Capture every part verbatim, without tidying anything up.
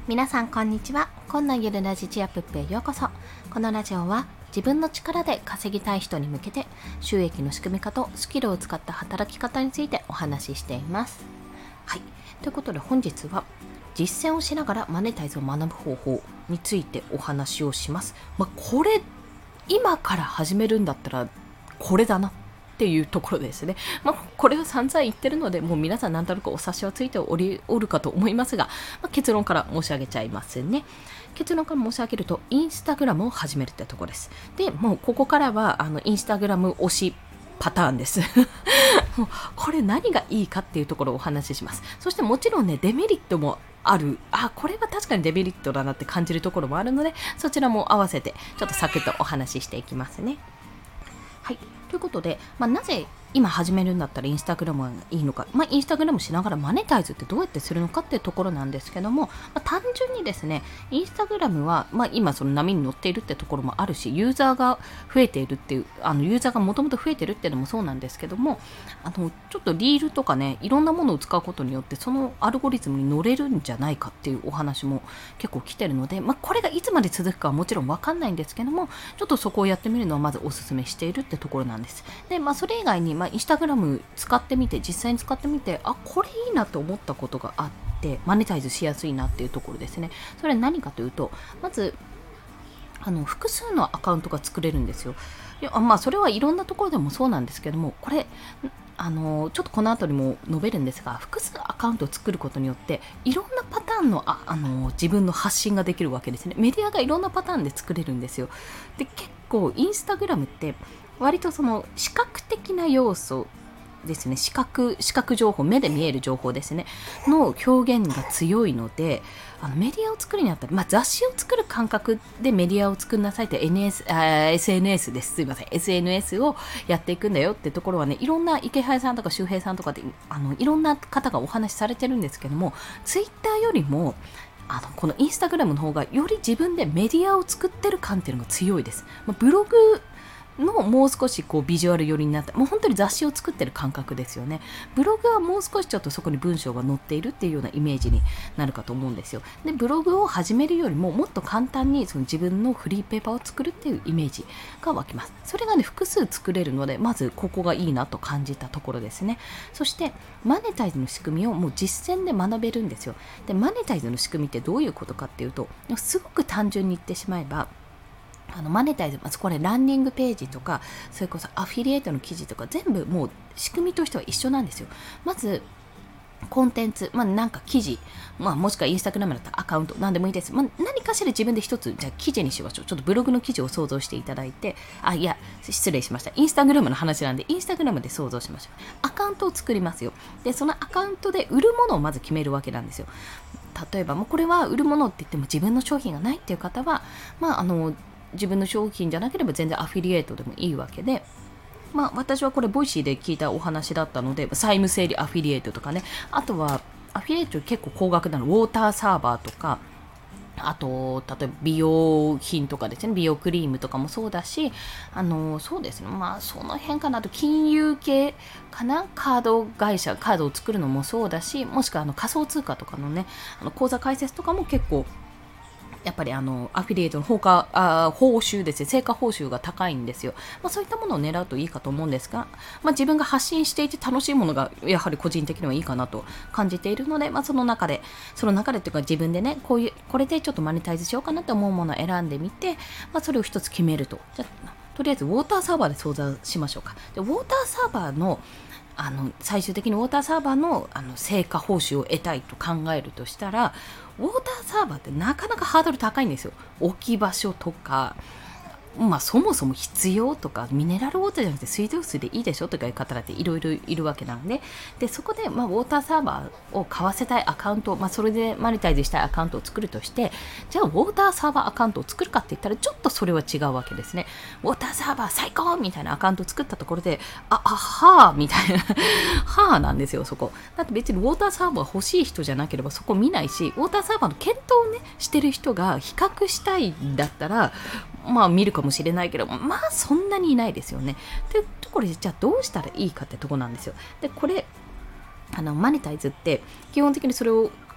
皆さんこんにちは。今のゆるラジチアップへようこそ。このラジオは自分の力で稼ぎたい人に向けて収益の仕組み化とスキルを使った働き方についてお話ししています。はい、ということで本日は実践をしながらマネタイズを学ぶ方法についてお話をします。まあ、これ今から始めるんだったらこれだなっていうところですね。まあ、これは散々言ってるので、もう皆さん何となくお察しはついておりおるかと思いますが、まあ、結論から申し上げちゃいますね。結論から申し上げると、インスタグラムを始めるってところです。で、もうここからはあのインスタグラム推しパターンです。もうこれ何がいいかっていうところをお話しします。そしてもちろんね、デメリットもある。あ、これは確かにデメリットだなって感じるところもあるので、そちらも合わせてちょっとサクッとお話ししていきますね。はい、ということで、まあ、なぜ今始めるんだったらインスタグラムがいいのか、まあ、インスタグラムしながらマネタイズってどうやってするのかっていうところなんですけども、まあ、単純にですね、インスタグラムは、まあ、今その波に乗っているってところもあるし、ユーザーが増えているっていう、あのユーザーがもともと増えてるっていうのもそうなんですけども、あのちょっとリールとかね、いろんなものを使うことによってそのアルゴリズムに乗れるんじゃないかっていうお話も結構来てるので、まあ、これがいつまで続くかはもちろんわかんないんですけども、ちょっとそこをやってみるのはまずおすすめしているってところなんです。で、まあ、それ以外に、まあ、インスタグラム使ってみて、実際に使ってみて、あ、これいいなと思ったことがあって、マネタイズしやすいなっていうところですね。それは何かというと、まずあの複数のアカウントが作れるんですよ。いや、まあ、それはいろんなところでもそうなんですけども、これあのちょっとこの後にも述べるんですが、複数アカウントを作ることによっていろんなパターンのああの自分の発信ができるわけですね。メディアがいろんなパターンで作れるんですよ。で、結構インスタグラムって割とその視覚的な要素ですね、視覚、視覚情報、目で見える情報ですね、の表現が強いので、あのメディアを作るにあたり、まあ、雑誌を作る感覚でメディアを作りなさいって エヌエス、あ エスエヌエス です。すいません。エスエヌエス をやっていくんだよってところはね、いろんな池原さんとか周平さんとかで、あのいろんな方がお話しされてるんですけども、ツイッターよりも、あのこのインスタグラムの方がより自分でメディアを作ってる感っていうのが強いです。まあ、ブログのもう少しこうビジュアル寄りになった、もう本当に雑誌を作ってる感覚ですよね。ブログはもう少しちょっとそこに文章が載っているっていうようなイメージになるかと思うんですよ。で、ブログを始めるよりももっと簡単にその自分のフリーペーパーを作るっていうイメージが湧きます。それがね、複数作れるので、まずここがいいなと感じたところですね。そしてマネタイズの仕組みをもう実践で学べるんですよ。で、マネタイズの仕組みってどういうことかっていうと、すごく単純に言ってしまえば、あのマネタイズ、まずこれランディングページとか、それこそアフィリエイトの記事とか全部もう仕組みとしては一緒なんですよ。まずコンテンツ、まあ、なんか記事、まあ、もしくはインスタグラムだったらアカウント、なんでもいいです。まあ、何かしら自分で一つ、じゃあ記事にしましょう。ちょっとブログの記事を想像していただいて、あ、いや、失礼しました。インスタグラムの話なんで、インスタグラムで想像しましょう。アカウントを作りますよ。で、そのアカウントで売るものをまず決めるわけなんですよ。例えば、もうこれは売るものって言っても自分の商品がないっていう方は、まあ、あの、自分の商品じゃなければ全然アフィリエイトでもいいわけで、まあ、私はこれボイシーで聞いたお話だったので、債務整理アフィリエイトとかね、あとはアフィリエイト結構高額なの、ウォーターサーバーとか、あと例えば美容品とかですね、美容クリームとかもそうだし、あのそうですね、まあその辺かな。あと金融系かな、カード会社、カードを作るのもそうだし、もしくはあの仮想通貨とかのね、あの口座開設とかも結構やっぱりあのアフィリエイトの報価あ報酬ですね、成果報酬が高いんですよ。まあ、そういったものを狙うといいかと思うんですが、まあ、自分が発信していて楽しいものがやはり個人的にはいいかなと感じているので、まあ、その中でその中でというか自分でね、こういうこれでちょっとマネタイズしようかなと思うものを選んでみて、まあ、それを一つ決めると。じゃとりあえずウォーターサーバーで相談しましょうか。でウォーターサーバーのあの最終的にウォーターサーバー の, あの成果報酬を得たいと考えるとしたら、ウォーターサーバーってなかなかハードル高いんですよ。置き場所とか、まあ、そもそも必要とか、ミネラルウォーターじゃなくて水道水でいいでしょとかいう方だっていろいろいるわけなんで、でそこで、まあ、ウォーターサーバーを買わせたいアカウント、まあ、それでマネタイズしたいアカウントを作るとして、じゃあウォーターサーバーアカウントを作るかって言ったらちょっとそれは違うわけですね。ウォーターサーバー最高みたいなアカウントを作ったところで、あ、あはーみたいなはーなんですよ、そこ。だって別にウォーターサーバー欲しい人じゃなければそこ見ないし、ウォーターサーバーの検討をねしてる人が比較したいんだったら、まあ見るかもしれないけど、まあそんなにいないですよね。というところで、じゃあどうしたらいいかってとこなんですよ。で、これあのマネタイズって基本的にそれを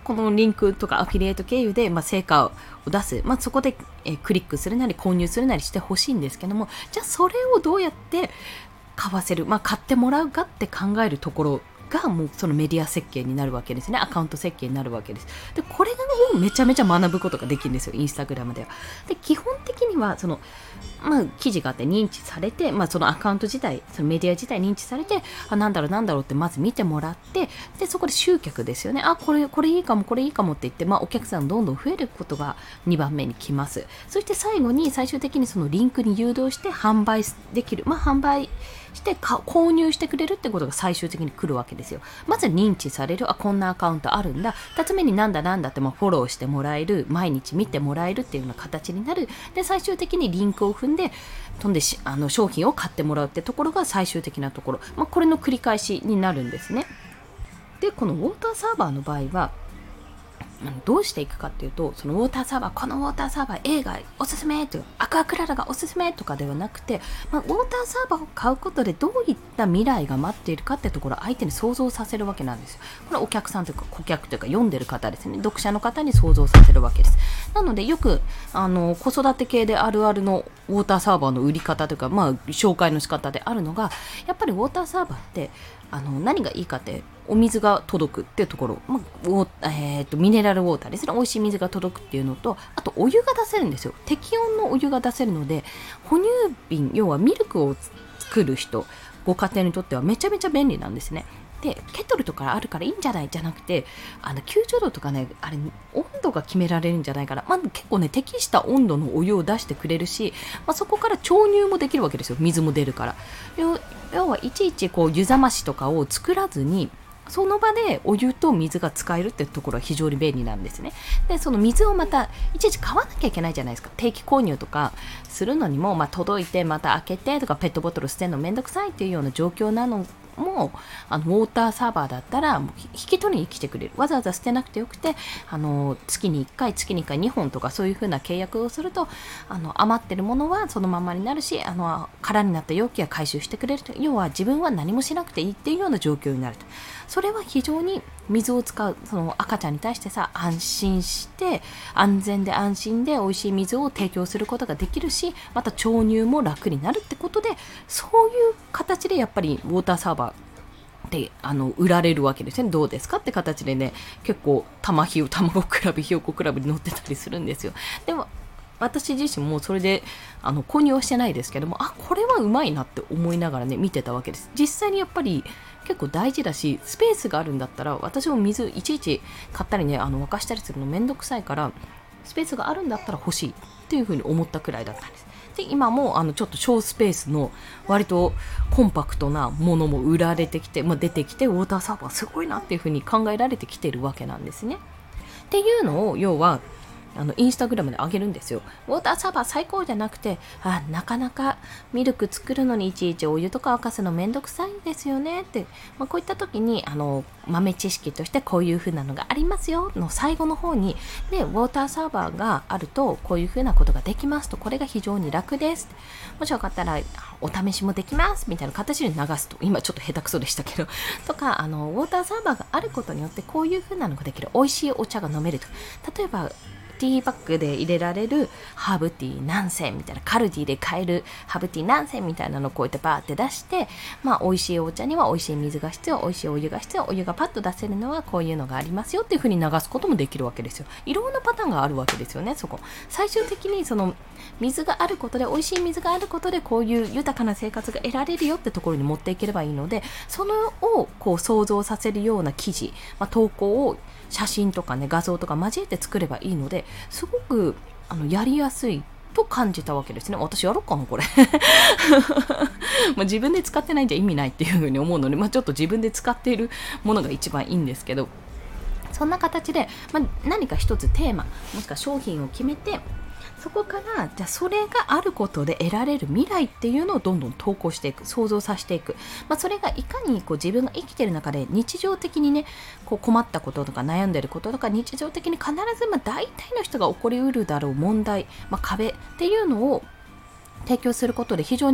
このリンクとかアフィリエイト経由で、まあ、成果を出す、まあ、そこで、えー、クリックするなり購入するなりしてほしいんですけども、じゃあそれをどうやって買わせる、まあ、買ってもらうかって考えるところがもうそのメディア設計になるわけですね。アカウント設計になるわけです。でこれをめちゃめちゃ学ぶことができるんですよ、インスタグラムでは。で基本的にはその、まあ、記事があって認知されて、まあ、そのアカウント自体、そのメディア自体認知されて、あなんだろうなんだろうってまず見てもらって、でそこで集客ですよね。あこれこれいいかもこれいいかもって言って、まあ、お客さんどんどん増えることがにばんめに来ます。そして最後に最終的にそのリンクに誘導して販売できる、まあ、販売して購入してくれるってことが最終的に来るわけですよ。まず認知される、あこんなアカウントあるんだ、ふたつめになんだなんだってまあフォローしてもらえる、毎日見てもらえるっていうような形になる。で最終的にリンクを踏んで飛んでしあの商品を買ってもらうってところが最終的なところ、まあ、これの繰り返しになるんですね。でこのウォーターサーバーの場合はどうしていくかっていうと、そのウォーターサーバー、このウォーターサーバー A がおすすめという、アクアクララがおすすめとかではなくて、まあ、ウォーターサーバーを買うことでどういった未来が待っているかってところを相手に想像させるわけなんですよ。これはお客さんというか顧客というか読んでる方ですね、読者の方に想像させるわけです。なのでよくあの子育て系であるあるのウォーターサーバーの売り方というか、まあ、紹介の仕方であるのが、やっぱりウォーターサーバーってあの何がいいかってお水が届くっていうところ、まあえー、とミネラルウォーターですね、美味しい水が届くっていうのと、あとお湯が出せるんですよ。適温のお湯が出せるので、哺乳瓶、要はミルクを作る人、ご家庭にとってはめちゃめちゃ便利なんですね。でケトルとかあるからいいんじゃないじゃなくて、あのきゅうじゅうどとかね、あれ温度が決められるんじゃないかな、まあ、結構ね適した温度のお湯を出してくれるし、まあ、そこから調乳もできるわけですよ。水も出るから。要, 要はいちいちこう湯冷ましとかを作らずに、その場でお湯と水が使えるってところは非常に便利なんですね。でその水をまたいちいち買わなきゃいけないじゃないですか。定期購入とかするのにも、まあ、届いてまた開けてとかペットボトル捨てるのめんどくさいっていうような状況なのも、あのウォーターサーバーだったらもう引き取りに来てくれる。わざわざ捨てなくてよくて、あの月にいっかい月にいっかいにほんとかそういう風な契約をすると、あの余ってるものはそのままになるし、あの空になった容器は回収してくれると。要は自分は何もしなくていいっていうような状況になると。それは非常に水を使うその赤ちゃんに対してさ、安心して安全で安心で美味しい水を提供することができるし、また調乳も楽になるってことで、そういう形でやっぱりウォーターサーバーであの売られるわけですね。どうですかって形でね、結構玉ひよ卵クラブひよこクラブに載ってたりするんですよ。でも私自身もそれであの購入はしてないですけども、あこれはうまいなって思いながらね見てたわけです。実際にやっぱり結構大事だし、スペースがあるんだったら、私も水いちいち買ったりね、あの沸かしたりするのめんどくさいから、スペースがあるんだったら欲しいっていう風に思ったくらいだったんです。で今もあのちょっと小スペースの割とコンパクトなものも売られてきて、まあ、出てきて、ウォーターサーバーすごいなっていう風に考えられてきてるわけなんですね。っていうのを要はあのインスタグラムで上げるんですよ。ウォーターサーバー最高じゃなくて、あなかなかミルク作るのにいちいちお湯とか沸かすのめんどくさいんですよねって、まあ、こういった時にあの豆知識としてこういう風なのがありますよの最後の方に、でウォーターサーバーがあるとこういう風なことができますと、これが非常に楽です、もしよかったらお試しもできますみたいな形で流すと、今ちょっと下手くそでしたけどとか、あのウォーターサーバーがあることによってこういう風なのができる、美味しいお茶が飲めると。例えばティーバッグで入れられるハーブティー何銭みたいな、カルディで買えるハーブティー何銭みたいなのをこうやってバーって出して、まあ美味しいお茶には美味しい水が必要、美味しいお湯が必要、お湯がパッと出せるのはこういうのがありますよっていう風に流すこともできるわけですよ。いろんなパターンがあるわけですよね。そこ最終的にその水があることで、美味しい水があることでこういう豊かな生活が得られるよってところに持っていければいいので、そのをこう想像させるような記事、まあ、投稿を写真とかね画像とか交えて作ればいいので、すごくあのやりやすいと感じたわけですね。私やろうかなこれまあ自分で使ってないんじゃ意味ないっていう風に思うので、まあ、ちょっと自分で使っているものが一番いいんですけど、そんな形で、まあ、何か一つテーマもしくは商品を決めて、そこからじゃあそれがあることで得られる未来っていうのをどんどん投稿していく、想像させていく、まあ、それがいかにこう自分が生きている中で日常的にねこう困ったこととか悩んでいることとか、日常的に必ずまあ大体の人が起こりうるだろう問題、まあ、壁っていうのを提供することで非常に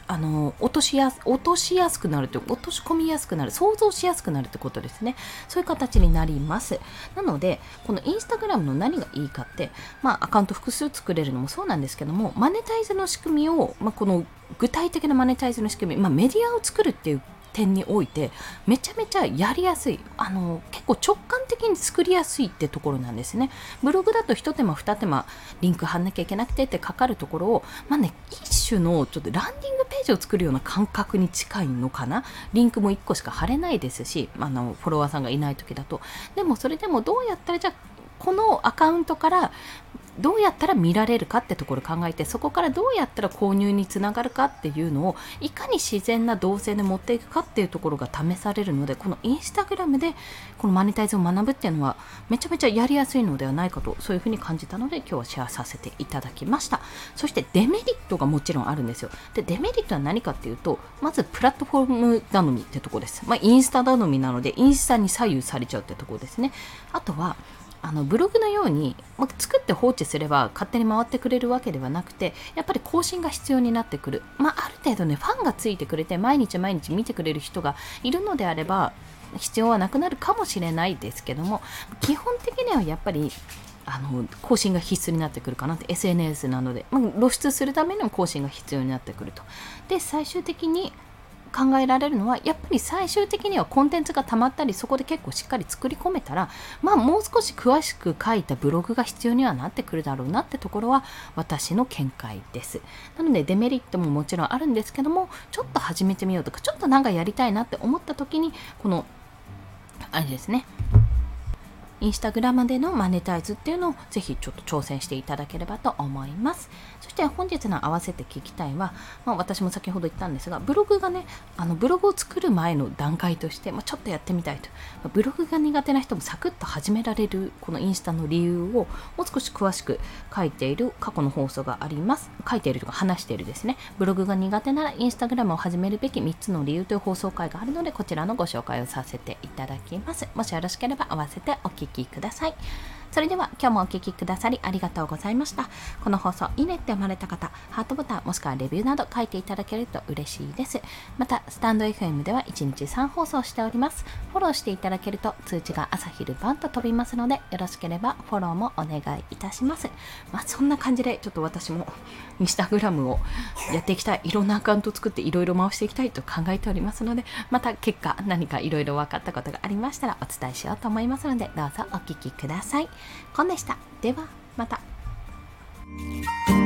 あの落としやす落としやすくなるという落とし込みやすくなる、想像しやすくなるってことですね。そういう形になります。なのでこのインスタグラムの何がいいかって、まあ、アカウント複数作れるのもそうなんですけども、マネタイズの仕組みを、まあ、この具体的なマネタイズの仕組み、まあ、メディアを作るっていう点においてめちゃめちゃやりやすい、あの結構直感的に作りやすいってところなんですね。ブログだと一手間二手間リンク貼んなきゃいけなくてってかかるところを、まあね、一種のちょっとランディングページを作るような感覚に近いのかな。リンクもいっこしか貼れないですし、あのフォロワーさんがいない時だと。でもそれでもどうやったらじゃあこのアカウントからどうやったら見られるかってところを考えて、そこからどうやったら購入につながるかっていうのをいかに自然な動線で持っていくかっていうところが試されるので、このインスタグラムでこのマネタイズを学ぶっていうのはめちゃめちゃやりやすいのではないかと、そういうふうに感じたので今日はシェアさせていただきました。そしてデメリットがもちろんあるんですよ。でデメリットは何かっていうと、まずプラットフォーム頼みってところです。まあ、インスタ頼みなのでインスタに左右されちゃうってところですね。あとはあのブログのように、まあ、作って放置すれば勝手に回ってくれるわけではなくて、やっぱり更新が必要になってくる。まあ、ある程度ねファンがついてくれて毎日毎日見てくれる人がいるのであれば必要はなくなるかもしれないですけども、基本的にはやっぱりあの更新が必須になってくるかなって。 エスエヌエス なので、まあ、露出するための更新が必要になってくると。で最終的に考えられるのは、やっぱり最終的にはコンテンツが溜まったり、そこで結構しっかり作り込めたら、まあもう少し詳しく書いたブログが必要にはなってくるだろうなってところは私の見解です。なのでデメリットももちろんあるんですけども、ちょっと始めてみようとか、ちょっとなんかやりたいなって思った時に、このあれですね、インスタグラムでのマネタイズっていうのをぜひちょっと挑戦していただければと思います。そして本日の合わせて聞きたいは、まあ、私も先ほど言ったんですが、ブログがね、あのブログを作る前の段階として、まあ、ちょっとやってみたいと、ブログが苦手な人もサクッと始められるこのインスタの理由をもう少し詳しく書いている過去の放送があります。書いているとか話しているですね。ブログが苦手ならインスタグラムを始めるべきみっつの理由という放送回があるので、こちらのご紹介をさせていただきます。もしよろしければ合わせてお聞きください。それでは今日もお聞きくださりありがとうございました。この放送いいねって思われた方、ハートボタンもしくはレビューなど書いていただけると嬉しいです。またスタンド エフエム ではいちにちさん放送しております。フォローしていただけると通知が朝昼晩と飛びますので、よろしければフォローもお願いいたします。まあそんな感じでちょっと私もインスタグラムをやっていきたい、いろんなアカウントを作っていろいろ回していきたいと考えておりますので、また結果何かいろいろ分かったことがありましたらお伝えしようと思いますので、どうぞお聞きください。コンでした。ではまた。